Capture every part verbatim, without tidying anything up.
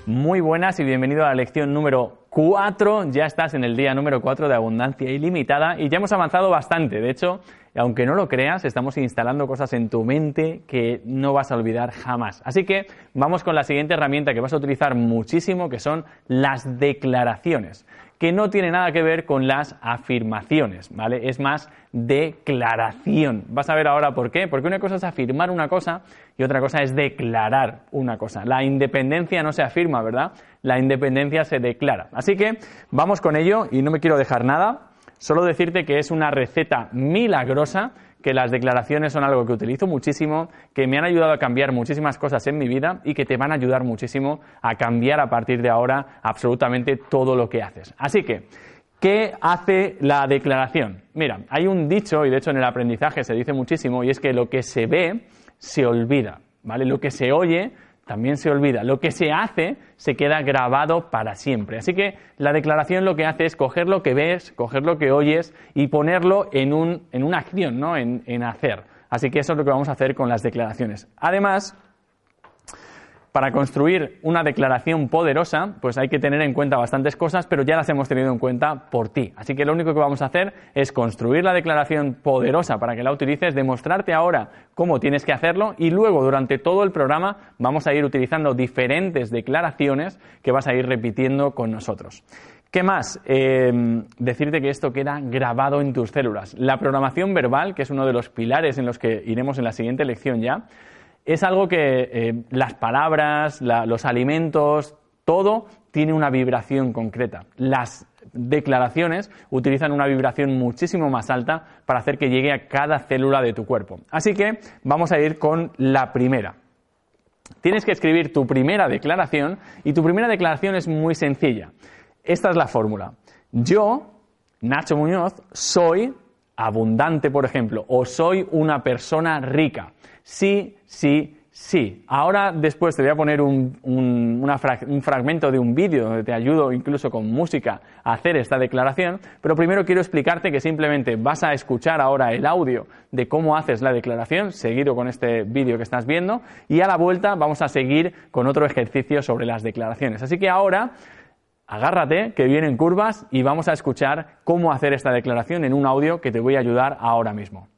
Muy buenas y bienvenido a la lección número cuatro. Ya estás en el día número cuatro de Abundancia Ilimitada y ya hemos avanzado bastante. De hecho, aunque no lo creas, estamos instalando cosas en tu mente que no vas a olvidar jamás. Así que vamos con la siguiente herramienta que vas a utilizar muchísimo, que son las declaraciones, que no tiene nada que ver con las afirmaciones, ¿vale? Es más declaración. Vas a ver ahora por qué. Porque una cosa es afirmar una cosa y otra cosa es declarar una cosa. La independencia no se afirma, ¿verdad? La independencia se declara. Así que vamos con ello y no me quiero dejar nada. Solo decirte que es una receta milagrosa, que las declaraciones son algo que utilizo muchísimo, que me han ayudado a cambiar muchísimas cosas en mi vida y que te van a ayudar muchísimo a cambiar a partir de ahora absolutamente todo lo que haces. Así que, ¿qué hace la declaración? Mira, hay un dicho, y de hecho en el aprendizaje se dice muchísimo, y es que lo que se ve se olvida, ¿vale? Lo que se oye también se olvida. Lo que se hace se queda grabado para siempre. Así que la declaración lo que hace es coger lo que ves, coger lo que oyes y ponerlo en, un, en una acción, ¿no? En, en hacer. Así que eso es lo que vamos a hacer con las declaraciones. Además, para construir una declaración poderosa, pues hay que tener en cuenta bastantes cosas, pero ya las hemos tenido en cuenta por ti. Así que lo único que vamos a hacer es construir la declaración poderosa para que la utilices, demostrarte ahora cómo tienes que hacerlo y luego durante todo el programa vamos a ir utilizando diferentes declaraciones que vas a ir repitiendo con nosotros. ¿Qué más? Eh, decirte que esto queda grabado en tus células. La programación verbal, que es uno de los pilares en los que iremos en la siguiente lección ya, es algo que eh, las palabras, la, los alimentos, todo tiene una vibración concreta. Las declaraciones utilizan una vibración muchísimo más alta para hacer que llegue a cada célula de tu cuerpo. Así que vamos a ir con la primera. Tienes que escribir tu primera declaración y tu primera declaración es muy sencilla. Esta es la fórmula. Yo, Nacho Muñoz, soy abundante, por ejemplo, o soy una persona rica. Sí, sí, sí. Ahora después te voy a poner un, un, una frag, un fragmento de un vídeo donde te ayudo incluso con música a hacer esta declaración, pero primero quiero explicarte que simplemente vas a escuchar ahora el audio de cómo haces la declaración, seguido con este vídeo que estás viendo, y a la vuelta vamos a seguir con otro ejercicio sobre las declaraciones. Así que ahora agárrate, que vienen curvas, y vamos a escuchar cómo hacer esta declaración en un audio que te voy a ayudar ahora mismo.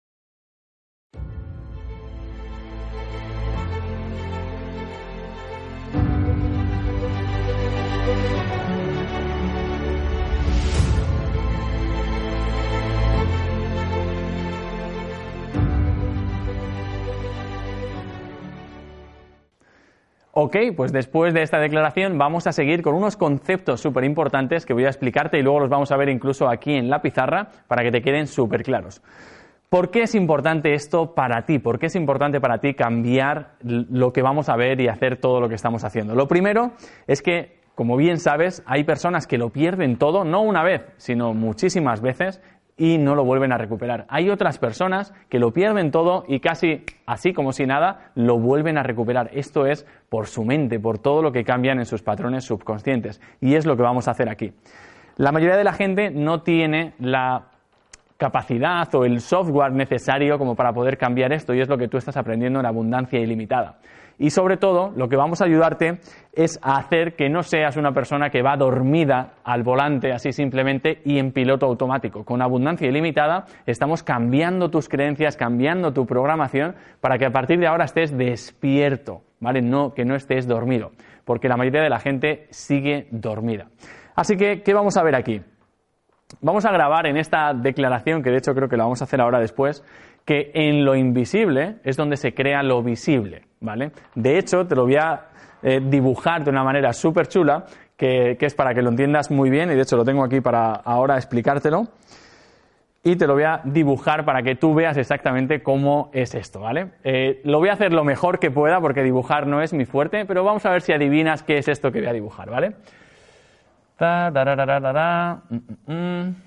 Ok, pues después de esta declaración vamos a seguir con unos conceptos súper importantes que voy a explicarte y luego los vamos a ver incluso aquí en la pizarra para que te queden súper claros. ¿Por qué es importante esto para ti? ¿Por qué es importante para ti cambiar lo que vamos a ver y hacer todo lo que estamos haciendo? Lo primero es que, como bien sabes, hay personas que lo pierden todo, no una vez, sino muchísimas veces, y no lo vuelven a recuperar. Hay otras personas que lo pierden todo y casi así como si nada lo vuelven a recuperar. Esto es por su mente, por todo lo que cambian en sus patrones subconscientes. Y es lo que vamos a hacer aquí. La mayoría de la gente no tiene la capacidad o el software necesario como para poder cambiar esto, y es lo que tú estás aprendiendo en Abundancia Ilimitada. Y sobre todo, lo que vamos a ayudarte es a hacer que no seas una persona que va dormida al volante así simplemente y en piloto automático. Con Abundancia Ilimitada estamos cambiando tus creencias, cambiando tu programación para que a partir de ahora estés despierto, ¿vale? No, que no estés dormido, porque la mayoría de la gente sigue dormida. Así que, ¿qué vamos a ver aquí? Vamos a grabar en esta declaración, que de hecho creo que la vamos a hacer ahora después, que en lo invisible es donde se crea lo visible, ¿vale? De hecho, te lo voy a eh, dibujar de una manera súper chula, que, que es para que lo entiendas muy bien, y de hecho lo tengo aquí para ahora explicártelo, y te lo voy a dibujar para que tú veas exactamente cómo es esto, ¿vale? Eh, lo voy a hacer lo mejor que pueda, porque dibujar no es mi fuerte, pero vamos a ver si adivinas qué es esto que voy a dibujar, ¿vale? Da, da, da, da, da, da. Mm, mm, mm.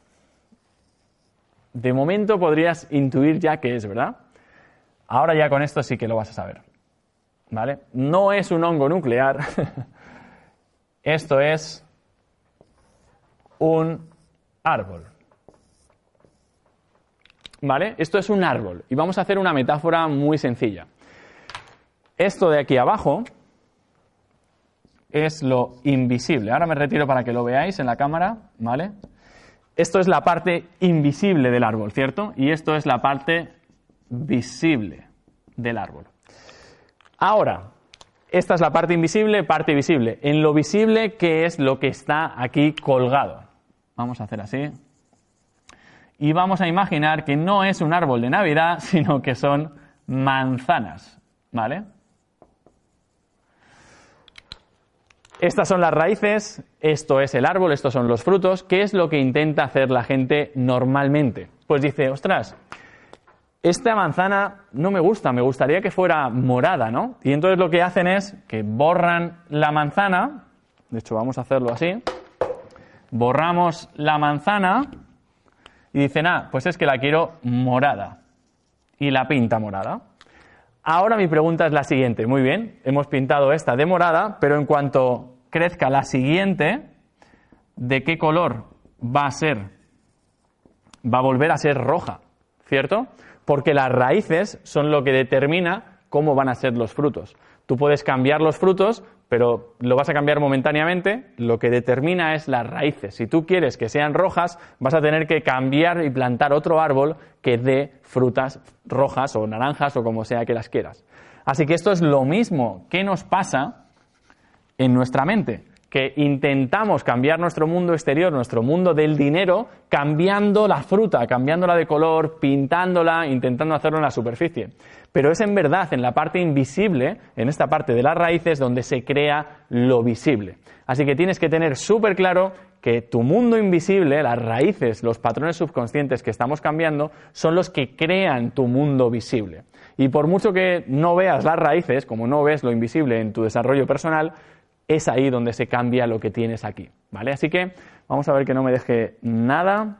De momento podrías intuir ya qué es, ¿verdad? Ahora ya con esto sí que lo vas a saber, ¿vale? No es un hongo nuclear, esto es un árbol, ¿vale? Esto es un árbol y vamos a hacer una metáfora muy sencilla. Esto de aquí abajo es lo invisible. Ahora me retiro para que lo veáis en la cámara, ¿vale? Esto es la parte invisible del árbol, ¿cierto? Y esto es la parte visible del árbol. Ahora, esta es la parte invisible, parte visible. En lo visible, ¿qué es lo que está aquí colgado? Vamos a hacer así. Y vamos a imaginar que no es un árbol de Navidad, sino que son manzanas, ¿vale? Estas son las raíces, esto es el árbol, estos son los frutos. ¿Qué es lo que intenta hacer la gente normalmente? Pues dice, ostras, esta manzana no me gusta, me gustaría que fuera morada, ¿no? Y entonces lo que hacen es que borran la manzana, de hecho vamos a hacerlo así, borramos la manzana y dicen, ah, pues es que la quiero morada, y la pinta morada. Ahora mi pregunta es la siguiente, muy bien, hemos pintado esta de morada, pero en cuanto crezca la siguiente, ¿de qué color va a ser? Va a volver a ser roja, ¿cierto? Porque las raíces son lo que determina cómo van a ser los frutos. Tú puedes cambiar los frutos, pero lo vas a cambiar momentáneamente, lo que determina es las raíces. Si tú quieres que sean rojas, vas a tener que cambiar y plantar otro árbol que dé frutas rojas o naranjas o como sea que las quieras. Así que esto es lo mismo que nos pasa en nuestra mente, que intentamos cambiar nuestro mundo exterior, nuestro mundo del dinero, cambiando la fruta, cambiándola de color, pintándola, intentando hacerlo en la superficie. Pero es en verdad en la parte invisible, en esta parte de las raíces, donde se crea lo visible. Así que tienes que tener súper claro que tu mundo invisible, las raíces, los patrones subconscientes que estamos cambiando, son los que crean tu mundo visible. Y por mucho que no veas las raíces, como no ves lo invisible en tu desarrollo personal, es ahí donde se cambia lo que tienes aquí, ¿vale? Así que vamos a ver que no me deje nada.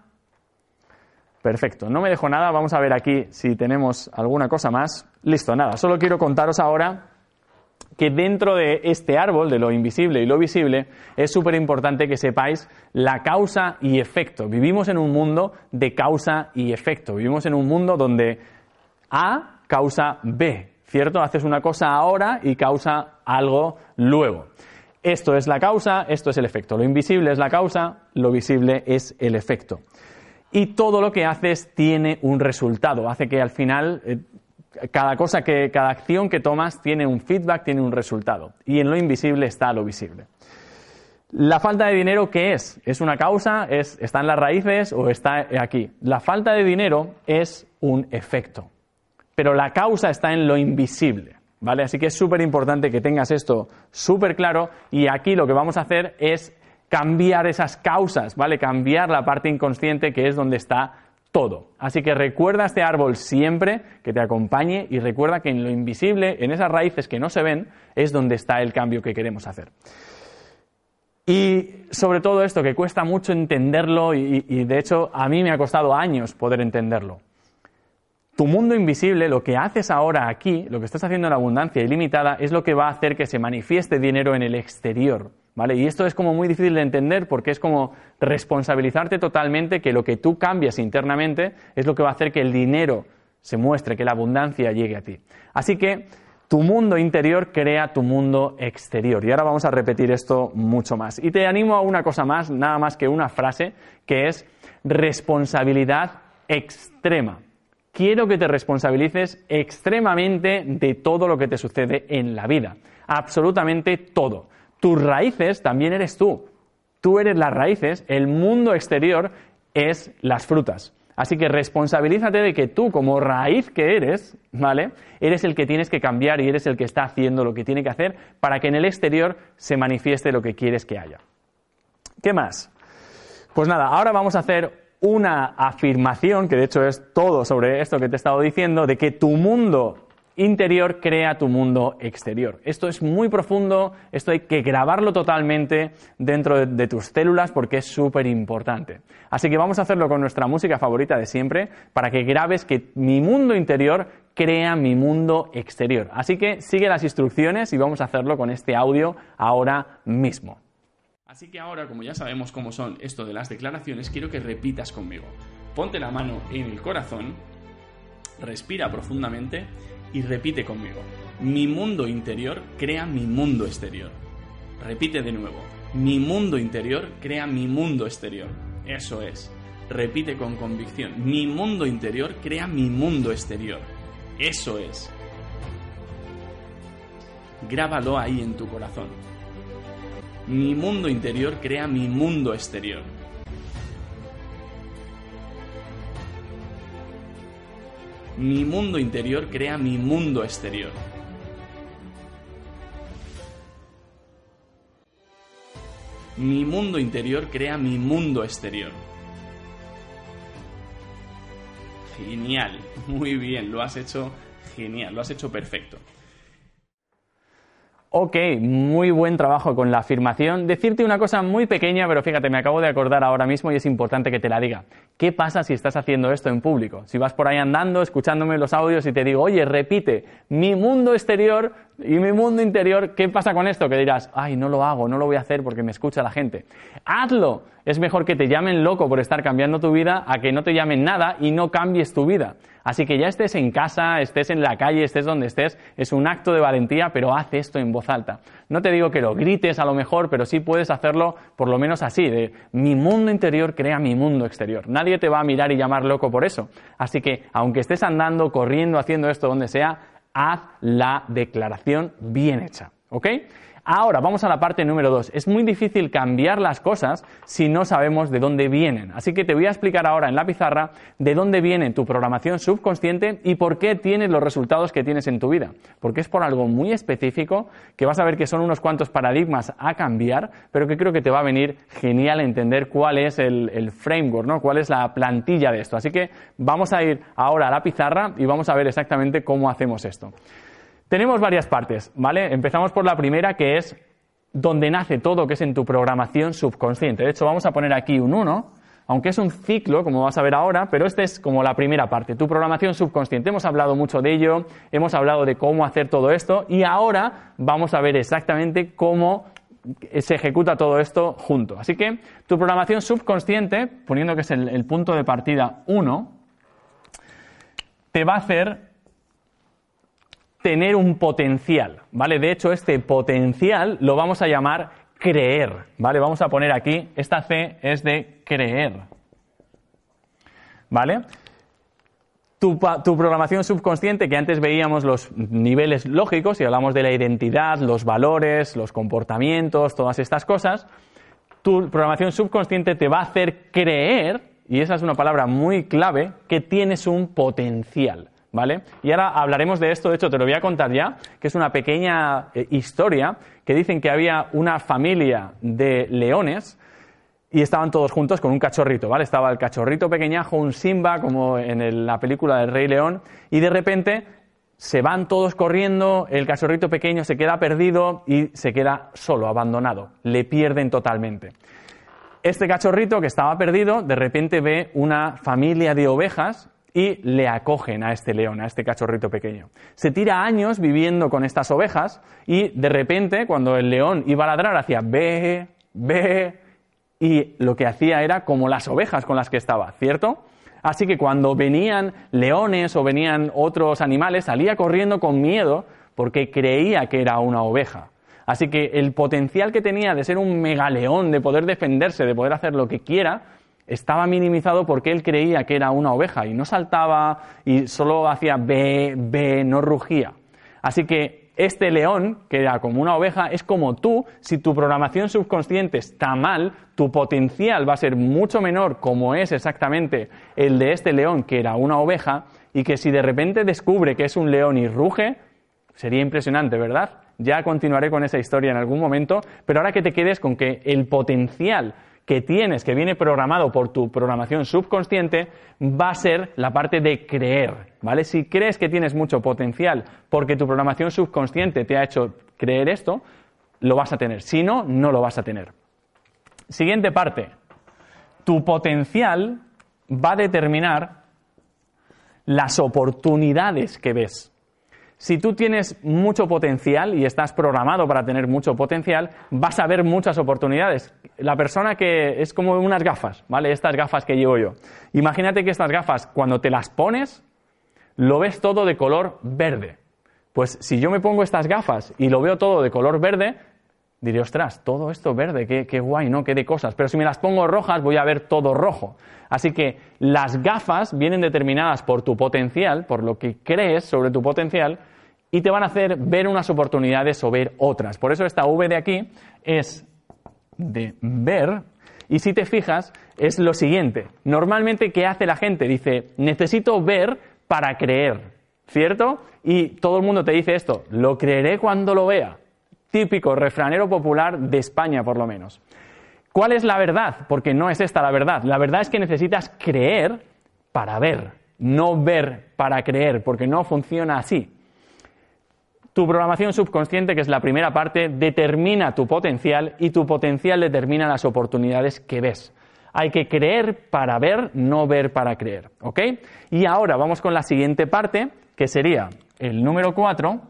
Perfecto, no me dejo nada. Vamos a ver aquí si tenemos alguna cosa más. Listo, nada. Solo quiero contaros ahora que dentro de este árbol, de lo invisible y lo visible, es súper importante que sepáis la causa y efecto. Vivimos en un mundo de causa y efecto. Vivimos en un mundo donde A causa B, ¿cierto? Haces una cosa ahora y causa algo luego. Esto es la causa, esto es el efecto. Lo invisible es la causa, lo visible es el efecto. Y todo lo que haces tiene un resultado. Hace que al final, eh, cada cosa, que, cada acción que tomas tiene un feedback, tiene un resultado. Y en lo invisible está lo visible. La falta de dinero, ¿qué es? ¿Es una causa? ¿Es, ¿Está en las raíces o está aquí? La falta de dinero es un efecto. Pero la causa está en lo invisible, ¿vale? Así que es súper importante que tengas esto súper claro y aquí lo que vamos a hacer es cambiar esas causas, ¿vale? Cambiar la parte inconsciente que es donde está todo. Así que recuerda este árbol siempre, que te acompañe y recuerda que en lo invisible, en esas raíces que no se ven, es donde está el cambio que queremos hacer. Y sobre todo esto, que cuesta mucho entenderlo y, y de hecho a mí me ha costado años poder entenderlo. Tu mundo invisible, lo que haces ahora aquí, lo que estás haciendo en abundancia ilimitada, es lo que va a hacer que se manifieste dinero en el exterior, ¿vale? Y esto es como muy difícil de entender porque es como responsabilizarte totalmente que lo que tú cambias internamente es lo que va a hacer que el dinero se muestre, que la abundancia llegue a ti. Así que tu mundo interior crea tu mundo exterior. Y ahora vamos a repetir esto mucho más. Y te animo a una cosa más, nada más que una frase, que es responsabilidad extrema. Quiero que te responsabilices extremadamente de todo lo que te sucede en la vida. Absolutamente todo. Tus raíces también eres tú. Tú eres las raíces, el mundo exterior es las frutas. Así que responsabilízate de que tú, como raíz que eres, ¿vale? Eres el que tienes que cambiar y eres el que está haciendo lo que tiene que hacer para que en el exterior se manifieste lo que quieres que haya. ¿Qué más? Pues nada, ahora vamos a hacer una afirmación, que de hecho es todo sobre esto que te he estado diciendo, de que tu mundo interior crea tu mundo exterior. Esto es muy profundo, esto hay que grabarlo totalmente dentro de, de tus células porque es súper importante. Así que vamos a hacerlo con nuestra música favorita de siempre para que grabes que mi mundo interior crea mi mundo exterior. Así que sigue las instrucciones y vamos a hacerlo con este audio ahora mismo. Así que ahora, como ya sabemos cómo son esto de las declaraciones, quiero que repitas conmigo. Ponte la mano en el corazón, respira profundamente y repite conmigo. Mi mundo interior crea mi mundo exterior. Repite de nuevo. Mi mundo interior crea mi mundo exterior. Eso es. Repite con convicción. Mi mundo interior crea mi mundo exterior. Eso es. Grábalo ahí en tu corazón. Mi mundo interior crea mi mundo exterior. Mi mundo interior crea mi mundo exterior. Mi mundo interior crea mi mundo exterior. Genial, muy bien, lo has hecho genial, lo has hecho perfecto. Ok, muy buen trabajo con la afirmación. Decirte una cosa muy pequeña, pero fíjate, me acabo de acordar ahora mismo y es importante que te la diga. ¿Qué pasa si estás haciendo esto en público? Si vas por ahí andando, escuchándome los audios y te digo, oye, repite, mi mundo exterior y mi mundo interior, ¿qué pasa con esto? Que dirás, ay, no lo hago, no lo voy a hacer porque me escucha la gente. ¡Hazlo! Es mejor que te llamen loco por estar cambiando tu vida a que no te llamen nada y no cambies tu vida. Así que ya estés en casa, estés en la calle, estés donde estés, es un acto de valentía, pero haz esto en voz alta. No te digo que lo grites a lo mejor, pero sí puedes hacerlo por lo menos así, de mi mundo interior crea mi mundo exterior. Nadie te va a mirar y llamar loco por eso. Así que, aunque estés andando, corriendo, haciendo esto donde sea, haz la declaración bien hecha, ¿ok? Ahora, vamos a la parte número dos. Es muy difícil cambiar las cosas si no sabemos de dónde vienen. Así que te voy a explicar ahora en la pizarra de dónde viene tu programación subconsciente y por qué tienes los resultados que tienes en tu vida. Porque es por algo muy específico que vas a ver que son unos cuantos paradigmas a cambiar, pero que creo que te va a venir genial entender cuál es el, el framework, ¿no? Cuál es la plantilla de esto. Así que vamos a ir ahora a la pizarra y vamos a ver exactamente cómo hacemos esto. Tenemos varias partes, ¿vale? Empezamos por la primera, que es donde nace todo, que es en tu programación subconsciente. De hecho, vamos a poner aquí un uno, aunque es un ciclo, como vas a ver ahora, pero esta es como la primera parte, tu programación subconsciente. Hemos hablado mucho de ello, hemos hablado de cómo hacer todo esto y ahora vamos a ver exactamente cómo se ejecuta todo esto junto. Así que tu programación subconsciente, poniendo que es el, el punto de partida uno, te va a hacer tener un potencial, ¿vale? De hecho, este potencial lo vamos a llamar creer, ¿vale? Vamos a poner aquí, esta C es de creer, ¿vale? Tu, tu programación subconsciente, que antes veíamos los niveles lógicos y hablamos de la identidad, los valores, los comportamientos, todas estas cosas, tu programación subconsciente te va a hacer creer, y esa es una palabra muy clave, que tienes un potencial, ¿vale? Y ahora hablaremos de esto, de hecho te lo voy a contar ya, que es una pequeña eh, historia que dicen que había una familia de leones y estaban todos juntos con un cachorrito, ¿vale? Estaba el cachorrito pequeñajo, un Simba, como en el, la película del Rey León, y de repente se van todos corriendo, el cachorrito pequeño se queda perdido y se queda solo, abandonado, le pierden totalmente. Este cachorrito que estaba perdido, de repente ve una familia de ovejas y le acogen a este león, a este cachorrito pequeño. Se tira años viviendo con estas ovejas y de repente, cuando el león iba a ladrar, hacía ve, ve, y lo que hacía era como las ovejas con las que estaba, ¿cierto? Así que cuando venían leones o venían otros animales, salía corriendo con miedo porque creía que era una oveja. Así que el potencial que tenía de ser un megaleón, de poder defenderse, de poder hacer lo que quiera, estaba minimizado porque él creía que era una oveja y no saltaba y solo hacía be, be, no rugía. Así que este león, que era como una oveja, es como tú. Si tu programación subconsciente está mal, tu potencial va a ser mucho menor, como es exactamente el de este león, que era una oveja, y que si de repente descubre que es un león y ruge, sería impresionante, ¿verdad? Ya continuaré con esa historia en algún momento, pero ahora que te quedes con que el potencial que tienes, que viene programado por tu programación subconsciente, va a ser la parte de creer, ¿vale? Si crees que tienes mucho potencial porque tu programación subconsciente te ha hecho creer esto, lo vas a tener. Si no, no lo vas a tener. Siguiente parte. Tu potencial va a determinar las oportunidades que ves. Si tú tienes mucho potencial y estás programado para tener mucho potencial, vas a ver muchas oportunidades. La persona que es como unas gafas, ¿vale? Estas gafas que llevo yo. Imagínate que estas gafas, cuando te las pones, lo ves todo de color verde. Pues si yo me pongo estas gafas y lo veo todo de color verde, diré, ostras, todo esto verde, qué, qué guay, ¿no? Qué de cosas. Pero si me las pongo rojas, voy a ver todo rojo. Así que las gafas vienen determinadas por tu potencial, por lo que crees sobre tu potencial, y te van a hacer ver unas oportunidades o ver otras. Por eso esta V de aquí es de ver, y si te fijas, es lo siguiente. Normalmente, ¿qué hace la gente? Dice, necesito ver para creer, ¿cierto? Y todo el mundo te dice esto, lo creeré cuando lo vea. Típico refranero popular de España, por lo menos. ¿Cuál es la verdad? Porque no es esta la verdad. La verdad es que necesitas creer para ver, no ver para creer, porque no funciona así. Tu programación subconsciente, que es la primera parte, determina tu potencial y tu potencial determina las oportunidades que ves. Hay que creer para ver, no ver para creer, ¿ok? Y ahora vamos con la siguiente parte, que sería el número cuatro,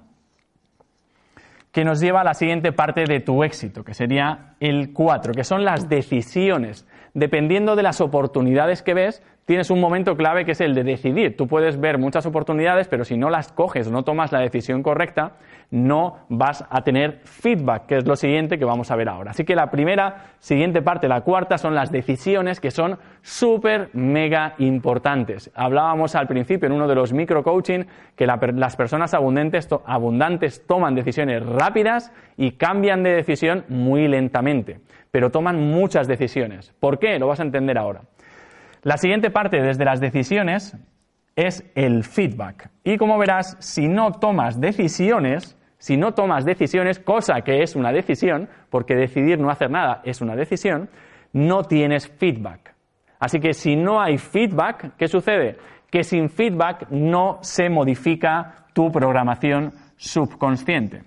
que nos lleva a la siguiente parte de tu éxito, que sería el cuatro, que son las decisiones. Dependiendo de las oportunidades que ves, tienes un momento clave que es el de decidir. Tú puedes ver muchas oportunidades, pero si no las coges o no tomas la decisión correcta, no vas a tener feedback, que es lo siguiente que vamos a ver ahora. Así que la primera, siguiente parte, la cuarta, son las decisiones, que son súper, mega importantes. Hablábamos al principio en uno de los micro-coaching que la, las personas abundantes, to, abundantes toman decisiones rápidas y cambian de decisión muy lentamente, pero toman muchas decisiones. ¿Por qué? Lo vas a entender ahora. La siguiente parte, desde las decisiones, es el feedback. Y como verás, si no tomas decisiones, si no tomas decisiones, cosa que es una decisión, porque decidir no hacer nada es una decisión, no tienes feedback. Así que si no hay feedback, ¿qué sucede? Que sin feedback no se modifica tu programación subconsciente.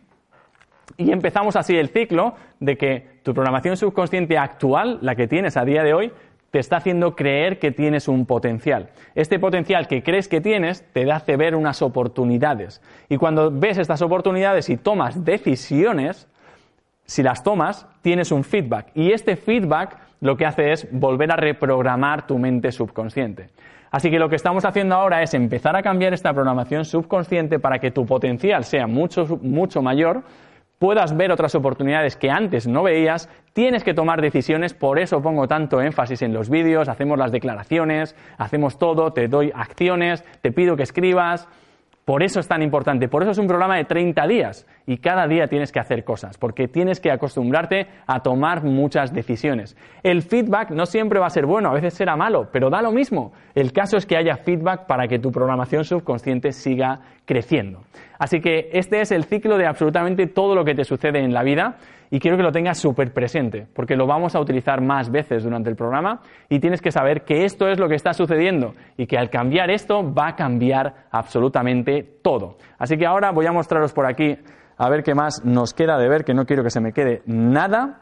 Y empezamos así el ciclo de que tu programación subconsciente actual, la que tienes a día de hoy, te está haciendo creer que tienes un potencial. Este potencial que crees que tienes te hace ver unas oportunidades. Y cuando ves estas oportunidades y tomas decisiones, si las tomas, tienes un feedback. Y este feedback lo que hace es volver a reprogramar tu mente subconsciente. Así que lo que estamos haciendo ahora es empezar a cambiar esta programación subconsciente para que tu potencial sea mucho, mucho mayor, puedas ver otras oportunidades que antes no veías, tienes que tomar decisiones, por eso pongo tanto énfasis en los vídeos, hacemos las declaraciones, hacemos todo, te doy acciones, te pido que escribas. Por eso es tan importante, por eso es un programa de treinta días y cada día tienes que hacer cosas, porque tienes que acostumbrarte a tomar muchas decisiones. El feedback no siempre va a ser bueno, a veces será malo, pero da lo mismo. El caso es que haya feedback para que tu programación subconsciente siga creciendo. Así que este es el ciclo de absolutamente todo lo que te sucede en la vida y quiero que lo tengas súper presente, porque lo vamos a utilizar más veces durante el programa y tienes que saber que esto es lo que está sucediendo y que al cambiar esto va a cambiar absolutamente todo. Así que ahora voy a mostraros por aquí a ver qué más nos queda de ver, que no quiero que se me quede nada.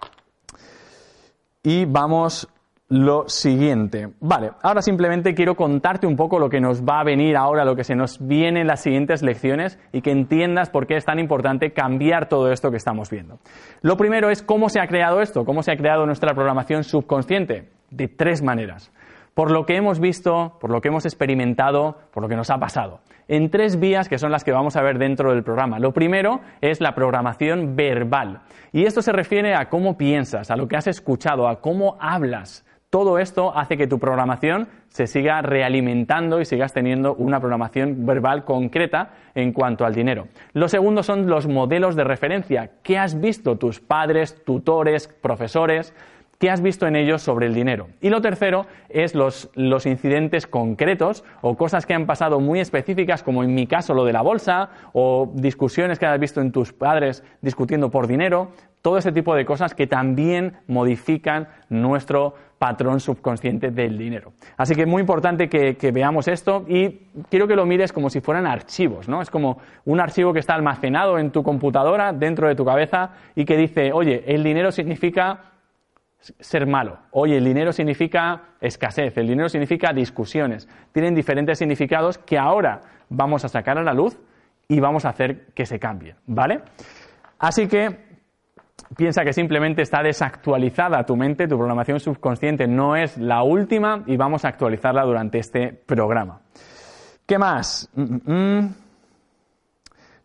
Y vamos lo siguiente. Vale, ahora simplemente quiero contarte un poco lo que nos va a venir ahora, lo que se nos viene en las siguientes lecciones y que entiendas por qué es tan importante cambiar todo esto que estamos viendo. Lo primero es cómo se ha creado esto, cómo se ha creado nuestra programación subconsciente. De tres maneras. Por lo que hemos visto, por lo que hemos experimentado, por lo que nos ha pasado. En tres vías que son las que vamos a ver dentro del programa. Lo primero es la programación verbal. Y esto se refiere a cómo piensas, a lo que has escuchado, a cómo hablas. Todo esto hace que tu programación se siga realimentando y sigas teniendo una programación verbal concreta en cuanto al dinero. Lo segundo son los modelos de referencia. ¿Qué has visto tus padres, tutores, profesores? ¿Qué has visto en ellos sobre el dinero? Y lo tercero es los, los incidentes concretos o cosas que han pasado muy específicas, como en mi caso lo de la bolsa o discusiones que has visto en tus padres discutiendo por dinero. Todo ese tipo de cosas que también modifican nuestro patrón subconsciente del dinero. Así que es muy importante que, que veamos esto y quiero que lo mires como si fueran archivos, ¿no? Es como un archivo que está almacenado en tu computadora, dentro de tu cabeza y que dice, oye, el dinero significa ser malo. Oye, el dinero significa escasez, el dinero significa discusiones. Tienen diferentes significados que ahora vamos a sacar a la luz y vamos a hacer que se cambien, ¿vale? Así que piensa que simplemente está desactualizada tu mente, tu programación subconsciente no es la última y vamos a actualizarla durante este programa. ¿Qué más? Mm-mm.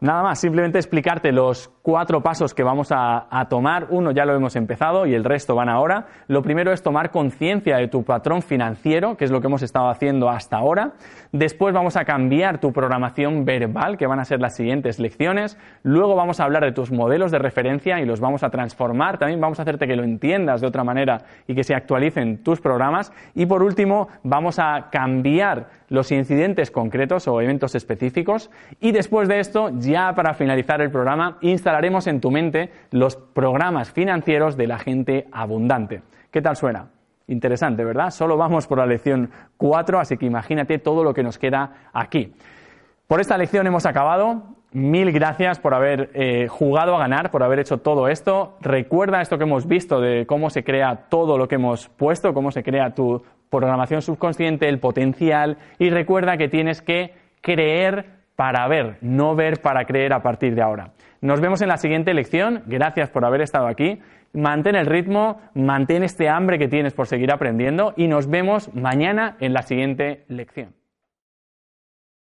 Nada más, simplemente explicarte los cuatro pasos que vamos a, a tomar. Uno ya lo hemos empezado y el resto van ahora. Lo primero es tomar conciencia de tu patrón financiero, que es lo que hemos estado haciendo hasta ahora. Después vamos a cambiar tu programación verbal, que van a ser las siguientes lecciones. Luego vamos a hablar de tus modelos de referencia y los vamos a transformar. También vamos a hacerte que lo entiendas de otra manera y que se actualicen tus programas. Y por último, vamos a cambiar los incidentes concretos o eventos específicos. Y después de esto, ya para finalizar el programa, instalaremos en tu mente los programas financieros de la gente abundante. ¿Qué tal suena? Interesante, ¿verdad? Solo vamos por la lección cuatro, así que imagínate todo lo que nos queda aquí. Por esta lección hemos acabado. Mil gracias por haber eh, jugado a ganar, por haber hecho todo esto. Recuerda esto que hemos visto de cómo se crea todo lo que hemos puesto, cómo se crea tu programación subconsciente, el potencial, y recuerda que tienes que creer para ver, no ver para creer a partir de ahora. Nos vemos en la siguiente lección. Gracias por haber estado aquí. Mantén el ritmo, mantén este hambre que tienes por seguir aprendiendo y nos vemos mañana en la siguiente lección.